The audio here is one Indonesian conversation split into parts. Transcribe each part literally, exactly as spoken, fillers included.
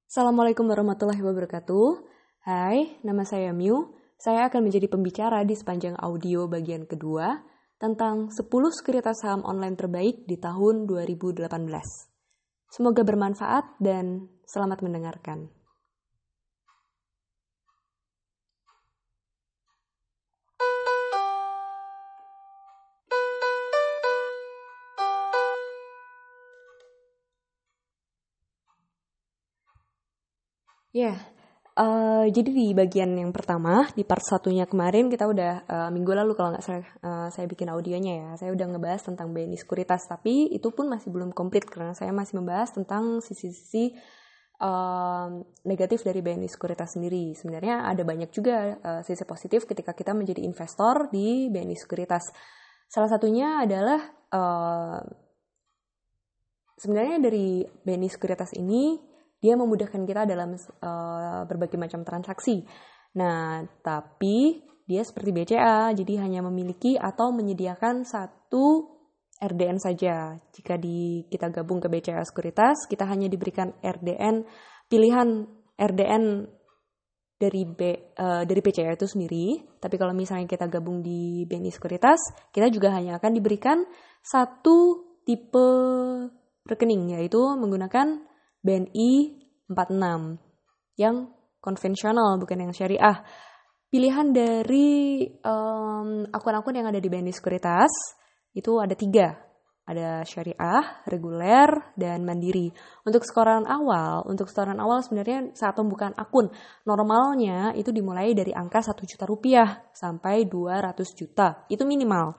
Assalamualaikum warahmatullahi wabarakatuh. Hai, nama saya Miu. Saya akan menjadi pembicara di sepanjang audio bagian kedua tentang sepuluh sekuritas saham online terbaik di tahun dua ribu delapan belas. Semoga bermanfaat dan selamat mendengarkan. Ya, yeah. uh, jadi di bagian yang pertama, di part satunya kemarin kita udah, uh, minggu lalu kalau nggak salah uh, saya bikin audionya ya, saya udah ngebahas tentang B N I Sekuritas, tapi itu pun masih belum komplit karena saya masih membahas tentang sisi-sisi uh, negatif dari B N I Sekuritas sendiri. Sebenarnya ada banyak juga uh, sisi positif ketika kita menjadi investor di B N I Sekuritas. Salah satunya adalah uh, sebenarnya dari B N I Sekuritas ini dia memudahkan kita dalam uh, berbagai macam transaksi. Nah, tapi dia seperti B C A, jadi hanya memiliki atau menyediakan satu R D N saja. Jika di, kita gabung ke B C A Sekuritas, kita hanya diberikan R D N, pilihan R D N dari B, uh, dari B C A itu sendiri. Tapi kalau misalnya kita gabung di B N I Sekuritas, kita juga hanya akan diberikan satu tipe rekening, yaitu menggunakan B N I empat puluh enam yang konvensional, bukan yang syariah. Pilihan dari um, akun-akun yang ada di B N I Sekuritas itu ada tiga. Ada syariah, reguler, dan mandiri. Untuk setoran awal, untuk setoran awal sebenarnya saat pembukaan akun, normalnya itu dimulai dari angka satu juta rupiah sampai dua ratus juta. Itu minimal.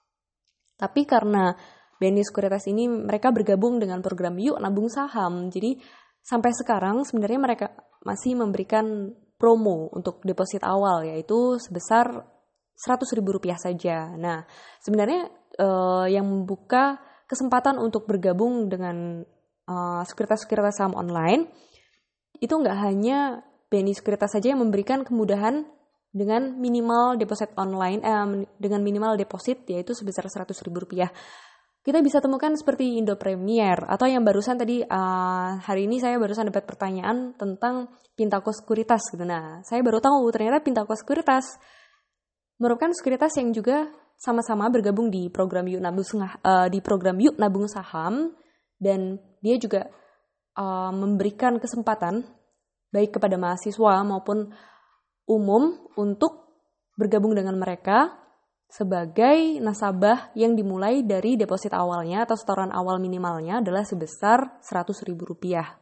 Tapi karena B N I Sekuritas ini mereka bergabung dengan program Yuk Nabung Saham. Jadi sampai sekarang sebenarnya mereka masih memberikan promo untuk deposit awal, yaitu sebesar seratus ribu rupiah saja. Nah, sebenarnya eh, yang membuka kesempatan untuk bergabung dengan eh, sekuritas-sekuritas saham online itu nggak hanya B N I Sekuritas saja yang memberikan kemudahan dengan minimal deposit online, eh, dengan minimal deposit yaitu sebesar seratus ribu rupiah. Kita bisa temukan seperti Indo Premier atau yang barusan tadi uh, hari ini saya barusan dapat pertanyaan tentang Pintako Sekuritas gitu. Nah, saya baru tahu ternyata Pintako Sekuritas merupakan sekuritas yang juga sama-sama bergabung di program Yuk Nabung uh, di program Yuk Nabung Saham, dan dia juga uh, memberikan kesempatan baik kepada mahasiswa maupun umum untuk bergabung dengan mereka sebagai nasabah yang dimulai dari deposit awalnya atau setoran awal minimalnya adalah sebesar seratus ribu rupiah.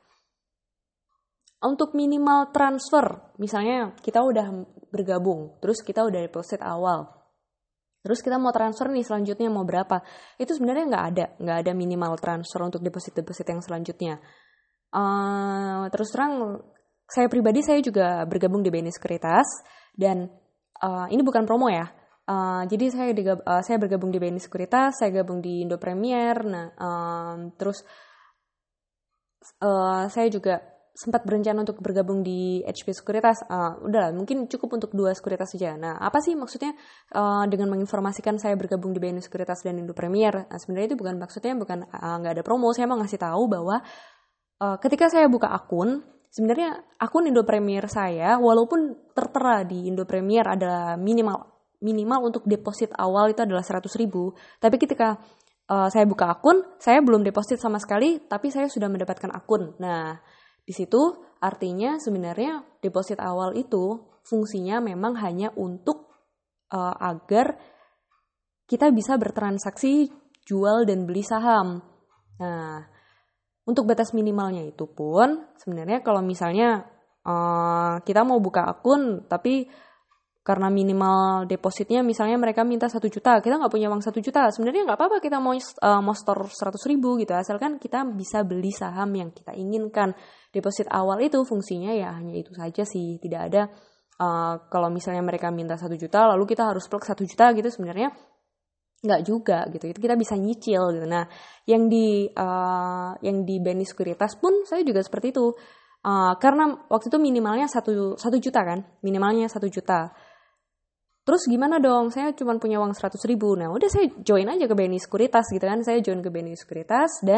Untuk minimal transfer, misalnya kita udah bergabung, terus kita udah deposit awal, terus kita mau transfer nih selanjutnya mau berapa, itu sebenarnya nggak ada, nggak ada minimal transfer untuk deposit-deposit yang selanjutnya. Uh, terus terang, saya pribadi saya juga bergabung di B N I Sekuritas, dan uh, ini bukan promo ya. Uh, jadi saya digab- uh, saya bergabung di B N I Sekuritas, saya gabung di Indo Premier. Nah, um, terus uh, saya juga sempat berencana untuk bergabung di H P Sekuritas. Uh, udahlah, mungkin cukup untuk dua sekuritas saja. Nah, apa sih maksudnya uh, dengan menginformasikan saya bergabung di B N I Sekuritas dan Indo Premier? Nah, sebenarnya itu bukan maksudnya bukan nggak uh, ada promo. Saya mau ngasih tahu bahwa uh, ketika saya buka akun, sebenarnya akun Indo Premier saya, walaupun tertera di Indo Premier ada minimal minimal untuk deposit awal itu adalah seratus ribu. Tapi ketika uh, saya buka akun, saya belum deposit sama sekali, tapi saya sudah mendapatkan akun. Nah, di situ artinya sebenarnya deposit awal itu fungsinya memang hanya untuk uh, agar kita bisa bertransaksi jual dan beli saham. Nah, untuk batas minimalnya itu pun sebenarnya kalau misalnya uh, kita mau buka akun, tapi karena minimal depositnya misalnya mereka minta satu juta, kita nggak punya uang satu juta, sebenarnya nggak apa-apa kita mau uh, mau store seratus ribu gitu, asalkan kita bisa beli saham yang kita inginkan. Deposit awal itu fungsinya ya hanya itu saja sih, tidak ada uh, kalau misalnya mereka minta satu juta lalu kita harus plug satu juta gitu, sebenarnya nggak juga gitu, itu kita bisa nyicil gitu. Nah, yang di uh, yang di B N I Sekuritas pun saya juga seperti itu, uh, karena waktu itu minimalnya satu satu juta kan, minimalnya satu juta. Terus gimana dong, saya cuma punya uang seratus ribu. Nah udah saya join aja ke B N I Sekuritas gitu kan. Saya join ke B N I Sekuritas dan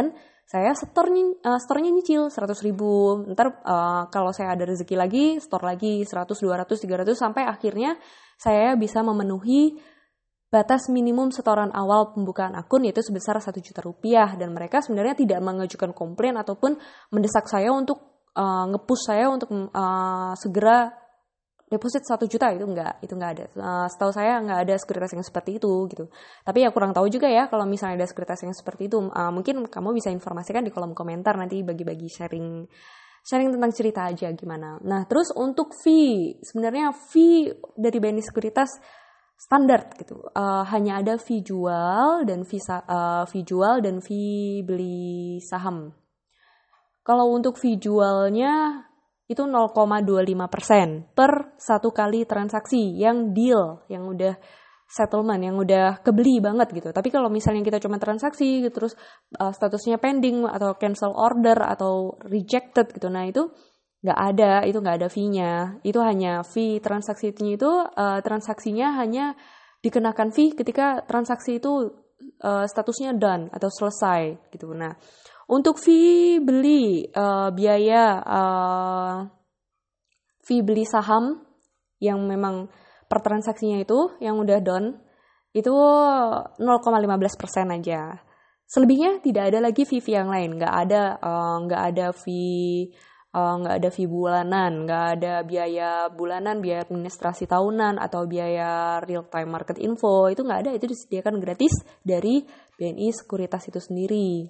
saya store-nya, uh, store-nya nyicil seratus ribu. Ntar uh, kalau saya ada rezeki lagi, store lagi seratus, dua ratus, tiga ratus, sampai akhirnya saya bisa memenuhi batas minimum setoran awal pembukaan akun, yaitu sebesar satu juta rupiah. Dan mereka sebenarnya tidak mengajukan komplain ataupun mendesak saya untuk uh, nge-push saya untuk uh, segera deposit satu juta. Itu enggak, itu enggak ada. Uh, setahu saya enggak ada sekuritas yang seperti itu gitu. Tapi ya kurang tahu juga ya kalau misalnya ada sekuritas yang seperti itu. Uh, mungkin kamu bisa informasikan di kolom komentar, nanti bagi-bagi sharing sharing tentang cerita aja gimana. Nah, terus untuk fee, sebenarnya fee dari B N I Sekuritas standar gitu. Uh, hanya ada fee jual dan fee uh, fee jual dan fee beli saham. Kalau untuk fee jualnya itu nol koma dua lima persen per satu kali transaksi yang deal, yang udah settlement, yang udah kebeli banget gitu. Tapi kalau misalnya kita cuma transaksi gitu, terus uh, statusnya pending atau cancel order atau rejected gitu, nah itu nggak ada, itu nggak ada fee-nya. Itu hanya fee transaksinya itu, uh, transaksinya hanya dikenakan fee ketika transaksi itu uh, statusnya done atau selesai gitu. Nah, untuk fee beli, uh, biaya uh, fee beli saham yang memang per transaksinya itu yang udah done itu nol koma lima belas persen aja. Selebihnya tidak ada lagi fee-fee yang lain, nggak ada uh, nggak ada fee uh, nggak ada fee bulanan, nggak ada biaya bulanan, biaya administrasi tahunan atau biaya real time market info, itu nggak ada, itu disediakan gratis dari B N I Sekuritas itu sendiri.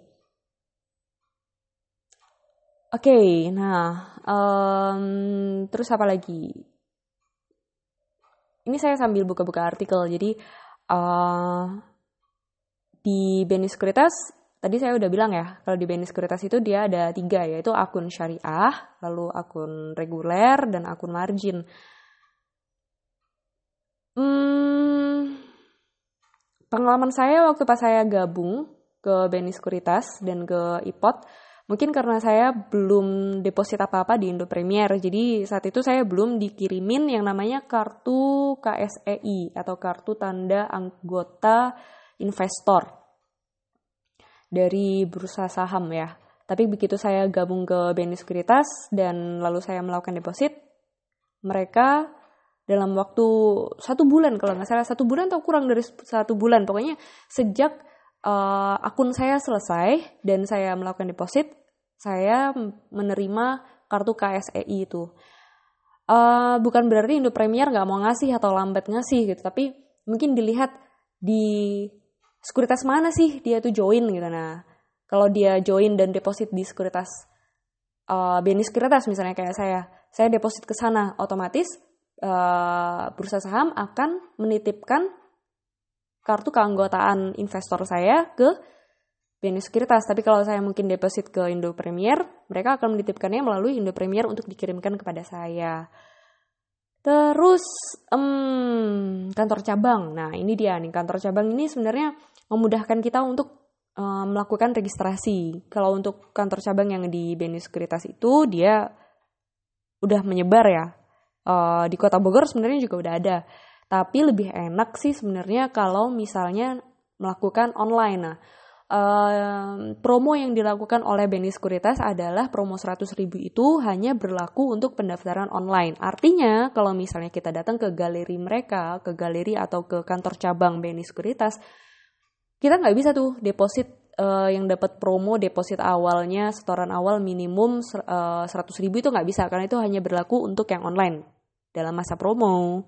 Oke, okay, nah um, terus apa lagi? Ini saya sambil buka-buka artikel, jadi uh, di B N I Sekuritas, tadi saya udah bilang ya, kalau di B N I Sekuritas itu dia ada tiga, yaitu akun syariah, lalu akun reguler, dan akun margin. Hmm, pengalaman saya waktu pas saya gabung ke B N I Sekuritas dan ke I P O T, mungkin karena saya belum deposit apa-apa di Indo Premier, jadi saat itu saya belum dikirimin yang namanya kartu K S E I atau kartu tanda anggota investor dari bursa saham ya. Tapi begitu saya gabung ke B N I Sekuritas dan lalu saya melakukan deposit, mereka dalam waktu satu bulan, kalau nggak salah satu bulan atau kurang dari satu bulan, pokoknya sejak uh, akun saya selesai dan saya melakukan deposit, saya menerima kartu K S E I itu. Uh, bukan berarti Indo Premier nggak mau ngasih atau lambat ngasih gitu, tapi mungkin dilihat di sekuritas mana sih dia tuh join gitu. Nah, kalau dia join dan deposit di sekuritas uh, B N I Sekuritas misalnya kayak saya, saya deposit ke sana, otomatis uh, bursa saham akan menitipkan kartu keanggotaan investor saya ke B N I Sekuritas. Tapi kalau saya mungkin deposit ke Indo Premier, mereka akan menitipkannya melalui Indo Premier untuk dikirimkan kepada saya. Terus um, kantor cabang. Nah, ini dia nih, kantor cabang ini sebenarnya memudahkan kita untuk um, melakukan registrasi. Kalau untuk kantor cabang yang di B N I Sekuritas itu dia udah menyebar ya. Uh, di Kota Bogor sebenarnya juga udah ada. Tapi lebih enak sih sebenarnya kalau misalnya melakukan online. Nah, Uh, promo yang dilakukan oleh B N I Sekuritas adalah promo seratus ribu itu hanya berlaku untuk pendaftaran online. Artinya kalau misalnya kita datang ke galeri mereka, ke galeri atau ke kantor cabang B N I Sekuritas, kita nggak bisa tuh deposit uh, yang dapat promo deposit awalnya, setoran awal minimum uh, seratus ribu itu nggak bisa, karena itu hanya berlaku untuk yang online dalam masa promo.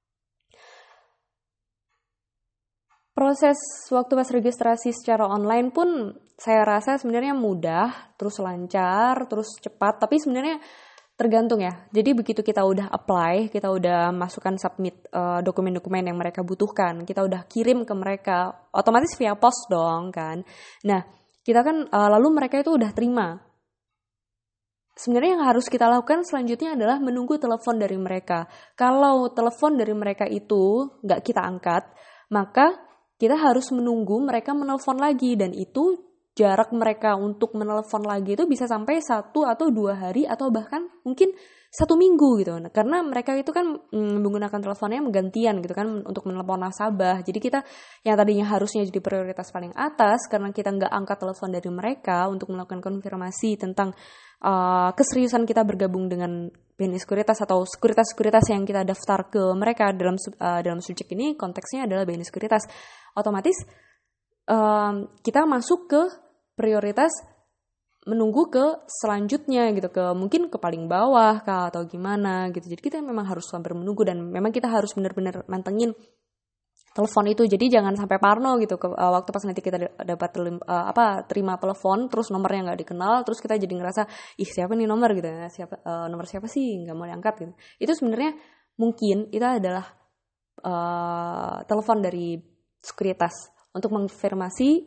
Proses waktu pas registrasi secara online pun saya rasa sebenarnya mudah, terus lancar, terus cepat. Tapi sebenarnya tergantung ya. Jadi begitu kita udah apply, kita udah masukkan submit uh, dokumen-dokumen yang mereka butuhkan, kita udah kirim ke mereka, otomatis via pos dong kan. Nah, kita kan uh, lalu mereka itu udah terima. Sebenarnya yang harus kita lakukan selanjutnya adalah menunggu telepon dari mereka. Kalau telepon dari mereka itu nggak kita angkat, maka kita harus menunggu mereka menelpon lagi, dan itu jarak mereka untuk menelepon lagi itu bisa sampai satu atau dua hari atau bahkan mungkin satu minggu gitu. Nah, karena mereka itu kan mm, menggunakan teleponnya menggantian gitu kan untuk menelepon nasabah. Jadi kita yang tadinya harusnya jadi prioritas paling atas karena kita nggak angkat telepon dari mereka untuk melakukan konfirmasi tentang uh, keseriusan kita bergabung dengan B N I Sekuritas atau sekuritas-sekuritas yang kita daftar ke mereka dalam uh, dalam subjek ini konteksnya adalah B N I Sekuritas. Otomatis um, kita masuk ke prioritas menunggu ke selanjutnya gitu, ke mungkin ke paling bawah kah atau gimana gitu. Jadi kita memang harus sabar menunggu dan memang kita harus benar-benar mantengin telepon itu. Jadi jangan sampai parno gitu ke uh, waktu pas nanti kita dapat uh, apa terima telepon terus nomornya nggak dikenal, terus kita jadi ngerasa ih siapa nih nomor gitu ya, siapa uh, nomor siapa sih nggak mau diangkat gitu. Itu sebenarnya mungkin itu adalah uh, telepon dari sekuritas untuk mengkonfirmasi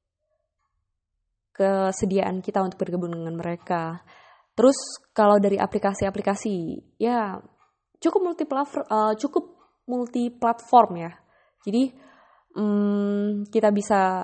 kesediaan kita untuk bergabung dengan mereka. Terus kalau dari aplikasi-aplikasi ya cukup multi platform, uh, cukup multi platform ya. Jadi um, kita bisa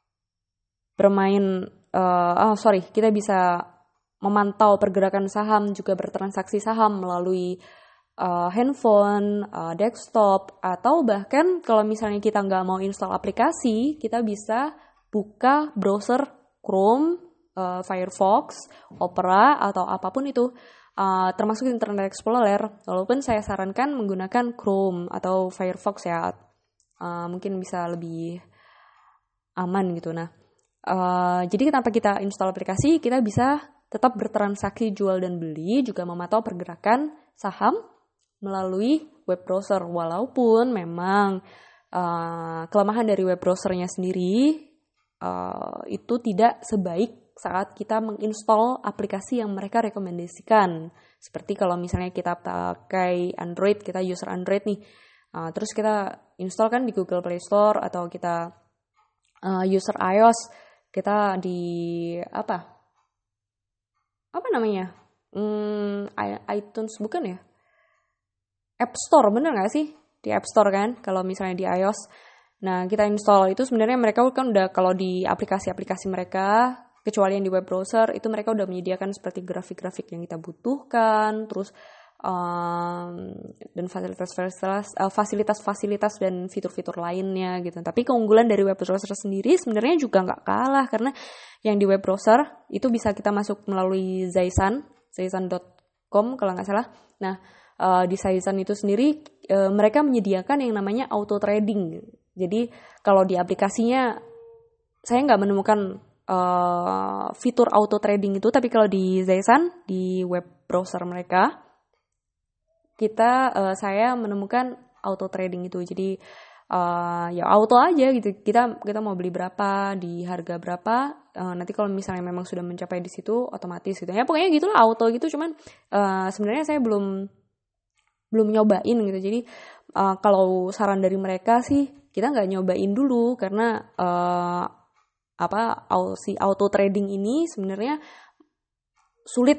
bermain, uh, oh sorry, kita bisa memantau pergerakan saham juga bertransaksi saham melalui uh, handphone, uh, desktop, atau bahkan kalau misalnya kita nggak mau install aplikasi, kita bisa buka browser Chrome, uh, Firefox, Opera, atau apapun itu, uh, termasuk Internet Explorer. Walaupun saya sarankan menggunakan Chrome atau Firefox ya, uh, mungkin bisa lebih aman gitu. Nah, uh, jadi kenapa kita install aplikasi? Kita bisa tetap bertransaksi jual dan beli, juga memantau pergerakan saham melalui web browser. Walaupun memang uh, kelemahan dari web browsernya sendiri Uh, itu tidak sebaik saat kita menginstall aplikasi yang mereka rekomendasikan. Seperti kalau misalnya kita pakai Android, kita user Android nih, uh, terus kita install kan di Google Play Store, atau kita uh, user iOS, kita di apa? Apa namanya? Hmm, iTunes bukan ya? App Store, bener nggak sih? Di App Store kan, kalau misalnya di iOS. Nah, kita install itu sebenarnya mereka kan udah, kalau di aplikasi-aplikasi mereka, kecuali yang di web browser, itu mereka udah menyediakan seperti grafik-grafik yang kita butuhkan, terus um, dan fasilitas-fasilitas uh, fasilitas-fasilitas dan fitur-fitur lainnya gitu. Tapi keunggulan dari web browser sendiri sebenarnya juga nggak kalah, karena yang di web browser itu bisa kita masuk melalui Zaizan, zaizan dot com kalau nggak salah. Nah, uh, di Zaizan itu sendiri uh, mereka menyediakan yang namanya auto trading. Jadi kalau di aplikasinya saya nggak menemukan uh, fitur auto trading itu, tapi kalau di Zaizan, di web browser mereka, kita uh, saya menemukan auto trading itu. Jadi uh, ya auto aja gitu. Kita kita mau beli berapa, di harga berapa. Uh, nanti kalau misalnya memang sudah mencapai di situ otomatis gitu. Ya pokoknya gitulah auto gitu. Cuman uh, sebenarnya saya belum belum nyobain gitu. Jadi uh, kalau saran dari mereka sih, kita nggak nyobain dulu karena uh, apa si auto trading ini sebenarnya sulit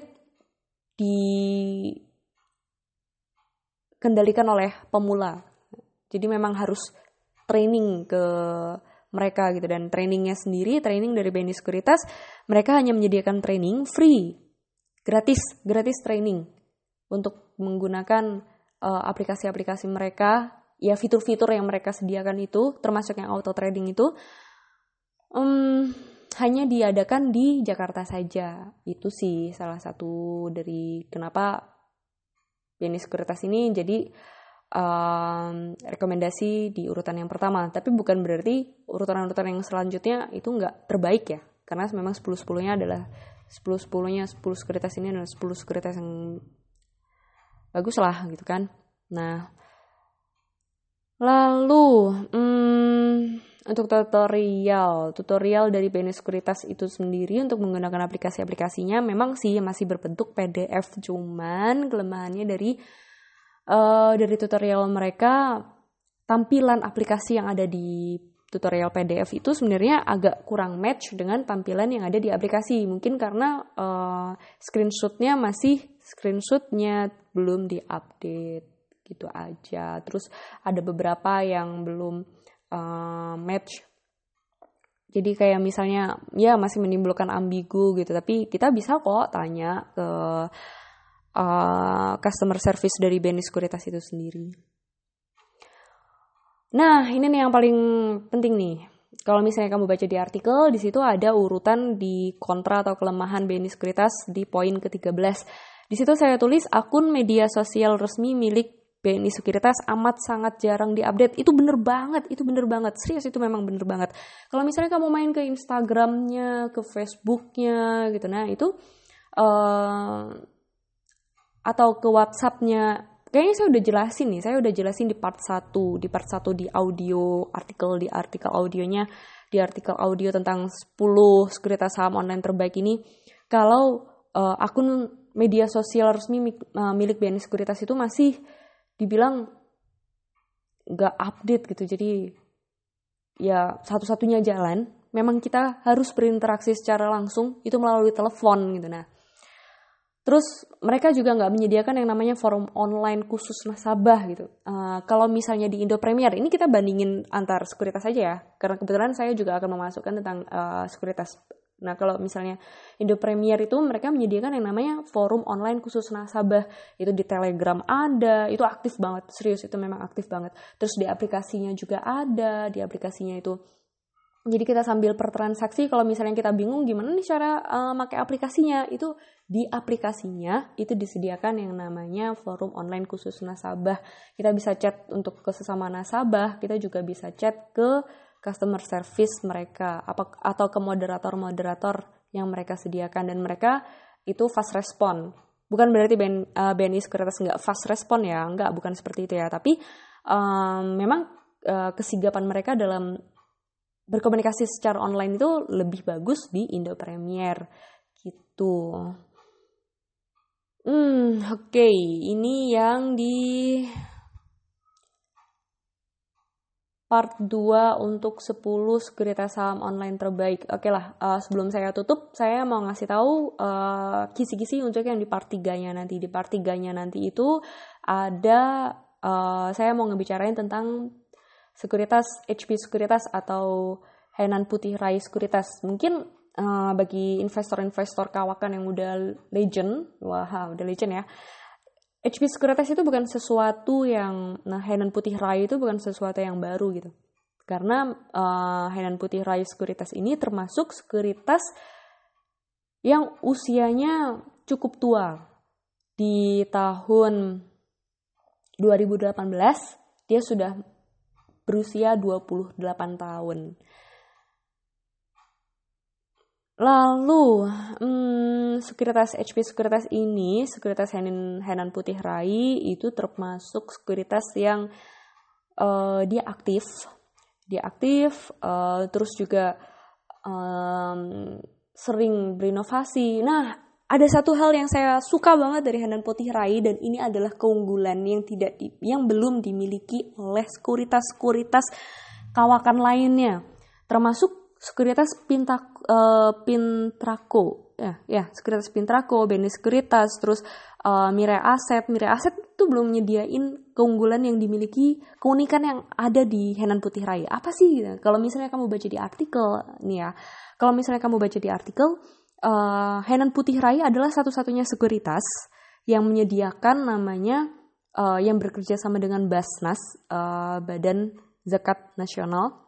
dikendalikan oleh pemula. Jadi memang harus training ke mereka gitu, dan trainingnya sendiri, training dari B N I Sekuritas, mereka hanya menyediakan training free, gratis, gratis training untuk menggunakan uh, aplikasi-aplikasi mereka. Ya fitur-fitur yang mereka sediakan itu, termasuk yang auto trading itu, um, hanya diadakan di Jakarta saja. Itu sih salah satu dari kenapa B N I Sekuritas ini jadi um, rekomendasi di urutan yang pertama. Tapi bukan berarti urutan-urutan yang selanjutnya itu nggak terbaik ya. Karena memang sepuluh-sepuluhnya adalah sepuluh-sepuluhnya, sepuluh sekuritas ini adalah sepuluh sekuritas yang bagus lah gitu kan. Nah, lalu, hmm, untuk tutorial, tutorial dari B N I Sekuritas itu sendiri untuk menggunakan aplikasi-aplikasinya memang sih masih berbentuk P D F, cuman kelemahannya dari uh, dari tutorial mereka, tampilan aplikasi yang ada di tutorial P D F itu sebenarnya agak kurang match dengan tampilan yang ada di aplikasi. Mungkin karena uh, screenshotnya masih screenshotnya belum diupdate. Gitu aja. Terus ada beberapa yang belum uh, match. Jadi kayak misalnya ya masih menimbulkan ambigu gitu, tapi kita bisa kok tanya ke uh, customer service dari B N I Sekuritas itu sendiri. Nah, ini nih yang paling penting nih. Kalau misalnya kamu baca di artikel, di situ ada urutan di kontra atau kelemahan B N I Sekuritas di poin ke tiga belas. Di situ saya tulis akun media sosial resmi milik B N I Sekuritas amat sangat jarang diupdate. Itu bener banget, itu bener banget. Serius, itu memang bener banget. Kalau misalnya kamu main ke Instagramnya, ke Facebooknya gitu, nah itu uh, atau ke WhatsAppnya, kayaknya saya udah jelasin nih, saya udah jelasin di part satu, di part satu di audio, artikel di artikel audionya, di artikel audio tentang sepuluh sekuritas saham online terbaik ini. Kalau uh, akun media sosial resmi uh, milik B N I Sekuritas itu masih dibilang nggak update gitu. Jadi ya satu-satunya jalan memang kita harus berinteraksi secara langsung itu melalui telepon gitu. Nah, terus mereka juga nggak menyediakan yang namanya forum online khusus nasabah gitu. Uh, kalau misalnya di Indo Premier, ini kita bandingin antar sekuritas aja ya, karena kebetulan saya juga akan memasukkan tentang uh, sekuritas. Nah, kalau misalnya Indo Premier itu mereka menyediakan yang namanya forum online khusus nasabah. Itu di Telegram ada, itu aktif banget, serius itu memang aktif banget. Terus di aplikasinya juga ada, di aplikasinya itu. Jadi kita sambil pertransaksi, kalau misalnya kita bingung gimana nih cara uh, pakai aplikasinya, itu di aplikasinya itu disediakan yang namanya forum online khusus nasabah. Kita bisa chat untuk ke sesama nasabah, kita juga bisa chat ke customer service mereka apa atau ke moderator-moderator yang mereka sediakan, dan mereka itu fast respon. Bukan berarti B N, uh, B N I Sekuritas nggak fast respon ya, nggak, bukan seperti itu ya. Tapi um, memang uh, kesigapan mereka dalam berkomunikasi secara online itu lebih bagus di Indo Premier gitu. Hmm, oke, okay. Ini yang di part dua untuk sepuluh sekuritas saham online terbaik. Oke lah, uh, sebelum saya tutup, saya mau ngasih tahu uh, kisi-kisi untuk yang di part tiga-nya nanti. Di part tiga-nya nanti itu ada, uh, saya mau ngebicarain tentang sekuritas H P Sekuritas atau Hainan Putih Rai Sekuritas. Mungkin uh, bagi investor-investor kawakan yang udah legend, wah udah legend ya, H P Sekuritas itu bukan sesuatu yang, nah Hainan Putih Rai itu bukan sesuatu yang baru gitu. Karena uh, Hainan Putih Rai Sekuritas ini termasuk sekuritas yang usianya cukup tua. Di tahun dua ribu delapan belas dia sudah berusia dua puluh delapan tahun. Lalu, hmm, sekuritas H P Sekuritas ini, sekuritas Hainan, Hainan Putih Rai itu termasuk sekuritas yang uh, dia aktif, dia aktif, uh, terus juga um, sering berinovasi. Nah, ada satu hal yang saya suka banget dari Hainan Putih Rai, dan ini adalah keunggulan yang tidak, di, yang belum dimiliki oleh sekuritas-sekuritas kawakan lainnya, termasuk sekuritas Pinta, uh, Pintraco, ya, ya, sekuritas Pintraco, B N I Sekuritas, terus uh, Mirai Aset, Mirai Aset itu belum nyediain keunggulan yang dimiliki, keunikan yang ada di Hainan Putih Rai. Apa sih? Gitu? Kalau misalnya kamu baca di artikel, nih ya, kalau misalnya kamu baca di artikel, uh, Hainan Putih Rai adalah satu-satunya sekuritas yang menyediakan namanya, uh, yang bekerja sama dengan Basnas, uh, Badan Zakat Nasional,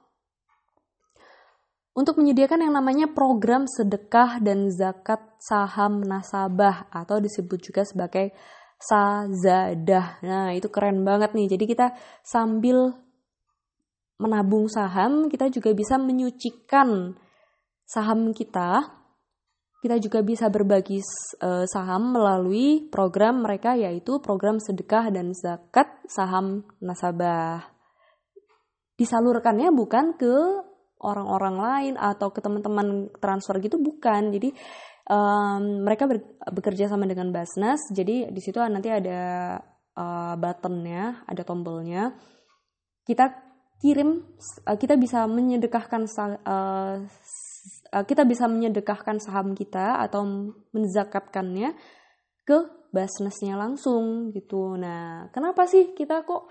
untuk menyediakan yang namanya program sedekah dan zakat saham nasabah atau disebut juga sebagai Sazadah. Nah, itu keren banget nih. Jadi kita sambil menabung saham, kita juga bisa menyucikan saham kita. Kita juga bisa berbagi uh, saham melalui program mereka, yaitu program sedekah dan zakat saham nasabah. Disalurkannya bukan ke orang-orang lain atau ke teman-teman transfer gitu, bukan. Jadi um, mereka ber, bekerja sama dengan Basnas. Jadi di situ nanti ada uh, buttonnya, ada tombolnya. Kita kirim, uh, kita bisa menyedekahkan uh, uh, kita bisa menyedekahkan saham kita atau menzakatkannya ke Basnasnya langsung gitu. Nah, kenapa sih kita kok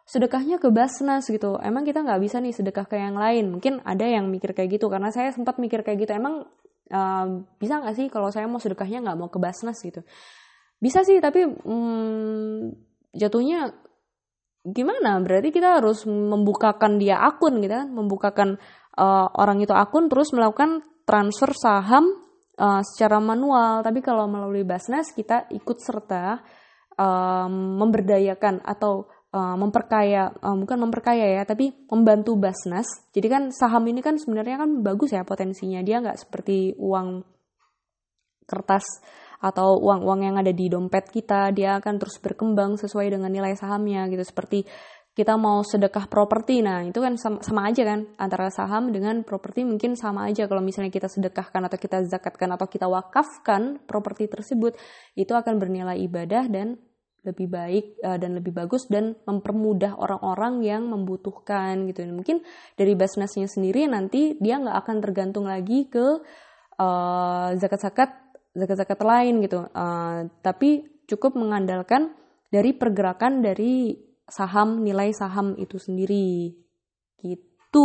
sedekahnya ke Basnas gitu. Emang kita nggak bisa nih sedekah ke yang lain. Mungkin ada yang mikir kayak gitu, karena saya sempat mikir kayak gitu. Emang uh, bisa nggak sih kalau saya mau sedekahnya nggak mau ke Basnas gitu? Bisa sih, tapi hmm, jatuhnya gimana? Berarti kita harus membukakan dia akun gitu kan, membukakan uh, orang itu akun terus melakukan transfer saham uh, secara manual. Tapi kalau melalui Basnas kita ikut serta um, memberdayakan atau uh, memperkaya, uh, bukan memperkaya ya, tapi membantu Basnas. Jadi kan saham ini kan sebenarnya kan bagus ya potensinya. Dia nggak seperti uang kertas atau uang-uang yang ada di dompet kita, dia akan terus berkembang sesuai dengan nilai sahamnya gitu. Seperti kita mau sedekah properti, nah itu kan sama, sama aja kan, antara saham dengan properti mungkin sama aja. Kalau misalnya kita sedekahkan atau kita zakatkan atau kita wakafkan properti tersebut, itu akan bernilai ibadah dan lebih baik uh, dan lebih bagus dan mempermudah orang-orang yang membutuhkan gitu. Mungkin dari Basnasnya sendiri nanti dia nggak akan tergantung lagi ke uh, zakat-zakat zakat-zakat lain gitu, uh, tapi cukup mengandalkan dari pergerakan dari saham, nilai saham itu sendiri gitu.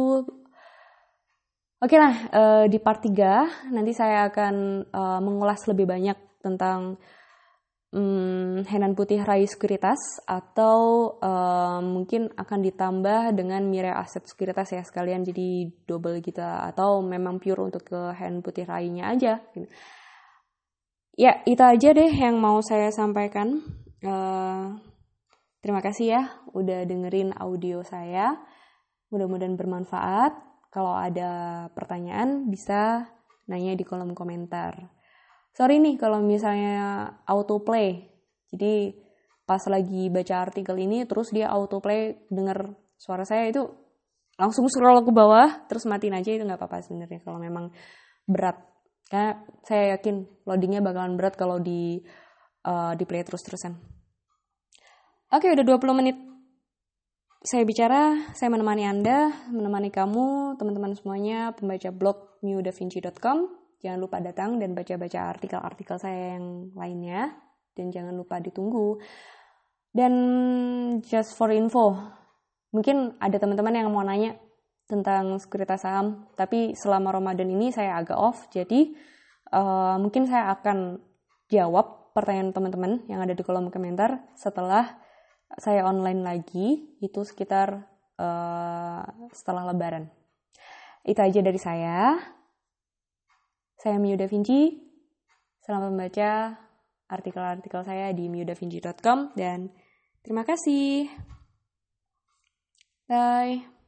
Oke lah, uh, di part tiga nanti saya akan uh, mengulas lebih banyak tentang um, Henan Putih Rai Sekuritas, atau uh, mungkin akan ditambah dengan Mirae Asset Sekuritas ya sekalian, jadi double gitu, atau memang pure untuk ke Henan Putih Rai-nya aja gitu. Ya, itu aja deh yang mau saya sampaikan. Uh, terima kasih ya udah dengerin audio saya. Mudah-mudahan bermanfaat. Kalau ada pertanyaan bisa nanya di kolom komentar. Sorry nih kalau misalnya autoplay. Jadi pas lagi baca artikel ini terus dia autoplay denger suara saya, itu langsung scroll ke bawah terus matiin aja, itu nggak apa-apa sebenarnya kalau memang berat. Karena saya yakin loadingnya bakalan berat kalau di uh, di play terus-terusan. Oke, udah dua puluh menit saya bicara, saya menemani Anda, menemani kamu, teman-teman semuanya, pembaca blog miu da vinci dot com. Jangan lupa datang dan baca-baca artikel-artikel saya yang lainnya. Dan jangan lupa ditunggu. Dan just for info, mungkin ada teman-teman yang mau nanya tentang sekuritas saham, tapi selama Ramadan ini saya agak off, jadi uh, mungkin saya akan jawab pertanyaan teman-teman yang ada di kolom komentar setelah saya online lagi, itu sekitar uh, setelah Lebaran. Itu aja dari saya. Saya Miu Da Vinci. Selamat membaca artikel-artikel saya di miu da vinci dot com dan terima kasih. Bye.